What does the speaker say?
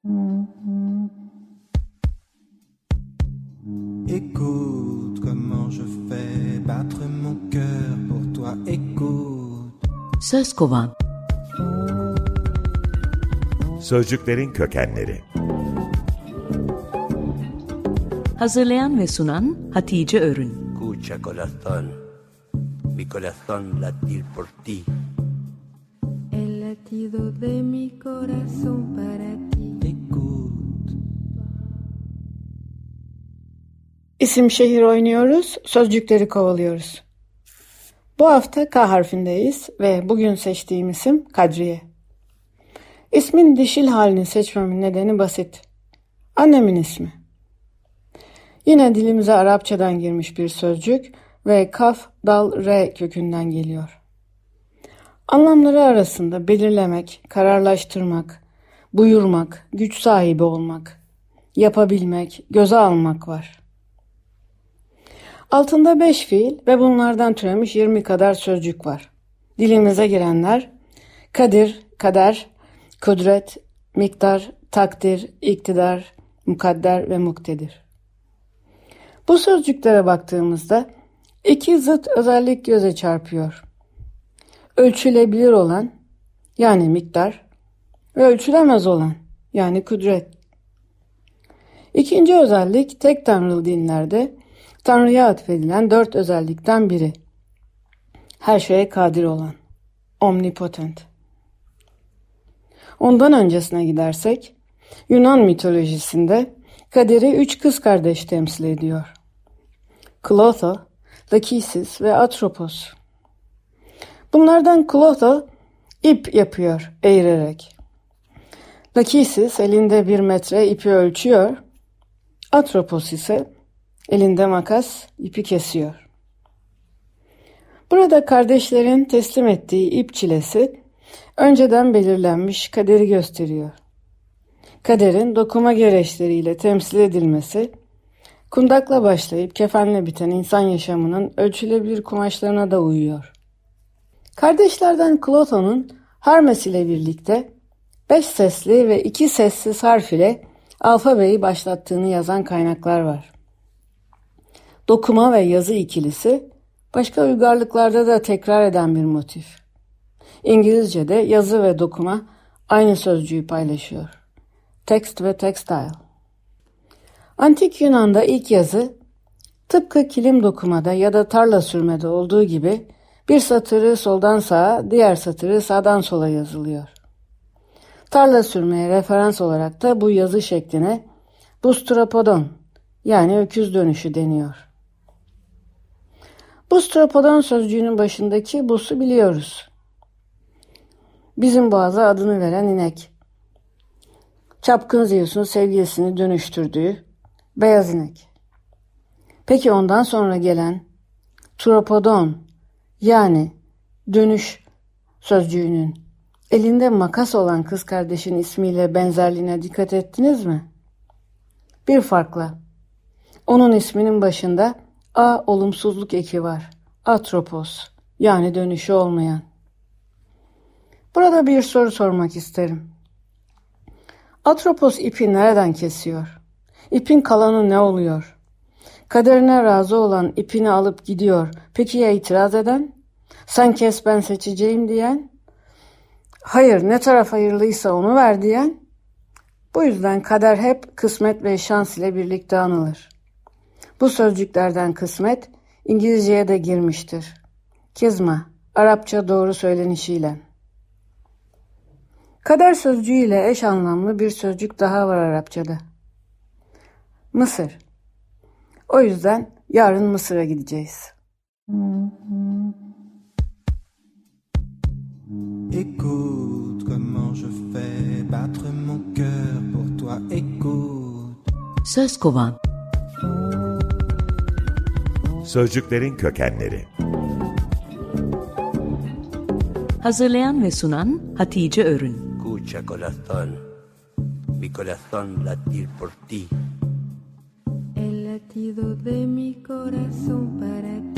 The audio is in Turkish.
Écoute comment je fais battre mon cœur pour toi, écoute. Söz kovan. Sözcüklerin kökenleri. Hazırlayan ve sunan Hatice Örün. Escucha corazón, mi corazón latir por ti. El latido de mi corazón para ti. Écoute. İsim şehir oynuyoruz, sözcükleri kovalıyoruz. Bu hafta K harfindeyiz ve bugün seçtiğim isim Kadriye. İsmin dişil halini seçmemin nedeni basit. Annemin ismi. Yine dilimize Arapçadan girmiş bir sözcük ve kaf, dal, re kökünden geliyor. Anlamları arasında belirlemek, kararlaştırmak, buyurmak, güç sahibi olmak, yapabilmek, göze almak var. Altında 5 fiil ve bunlardan türemiş 20 kadar sözcük var. Dilimize girenler kadir, kader, kudret, miktar, takdir, iktidar, mukadder ve muktedir. Bu sözcüklere baktığımızda iki zıt özellik göze çarpıyor. Ölçülebilir olan yani miktar ve ölçülemez olan yani kudret. İkinci özellik tek tanrılı dinlerde Tanrı'ya atfedilen 4 özellikten biri. Her şeye kadir olan, omnipotent. Ondan öncesine gidersek, Yunan mitolojisinde kaderi 3 kız kardeş temsil ediyor. Klotho, Lachesis ve Atropos. Bunlardan Klotho ip yapıyor eğirerek. Lachesis elinde 1 metre ipi ölçüyor. Atropos ise elinde makas ipi kesiyor. Burada kardeşlerin teslim ettiği ip çilesi önceden belirlenmiş kaderi gösteriyor. Kaderin dokuma gereçleriyle temsil edilmesi, kundakla başlayıp kefenle biten insan yaşamının ölçülebilir kumaşlarına da uyuyor. Kardeşlerden Klotho'nun Hermes ile birlikte 5 sesli ve 2 sessiz harf ile alfabeyi başlattığını yazan kaynaklar var. Dokuma ve yazı ikilisi başka uygarlıklarda da tekrar eden bir motif. İngilizce'de yazı ve dokuma aynı sözcüğü paylaşıyor. Text ve textile. Antik Yunan'da ilk yazı tıpkı kilim dokumada ya da tarla sürmede olduğu gibi bir satırı soldan sağa, diğer satırı sağdan sola yazılıyor. Tarla sürmeye referans olarak da bu yazı şekline bustropodon yani öküz dönüşü deniyor. Bustropodon sözcüğünün başındaki bus'u biliyoruz. Bizim boğaza adını veren inek. Çapkın Zeus'un sevgilisini dönüştürdüğü beyaz inek. Peki ondan sonra gelen tropodon yani dönüş sözcüğünün elinde makas olan kız kardeşin ismiyle benzerliğine dikkat ettiniz mi? Bir farkla. Onun isminin başında A olumsuzluk eki var. Atropos yani dönüşü olmayan. Burada bir soru sormak isterim. Atropos ipi nereden kesiyor? İpin kalanı ne oluyor? Kaderine razı olan ipini alıp gidiyor. Peki ya itiraz eden? Sen kes ben seçeceğim diyen? Hayır ne taraf hayırlıysa onu ver diyen? Bu yüzden kader hep kısmet ve şans ile birlikte anılır. Bu sözcüklerden kısmet İngilizceye de girmiştir. Kizma, Arapça doğru söylenişiyle. Kader sözcüğüyle eş anlamlı bir sözcük daha var Arapçada. Mısır. O yüzden yarın Mısır'a gideceğiz. Écoute comment je fais battre mon cœur pour toi, écoute. Söz kovan. Sözcüklerin kökenleri. Hazırlayan ve sunan Hatice Örün. Escucha corazón, mi corazón latir por ti. El latido de mi corazón para ti.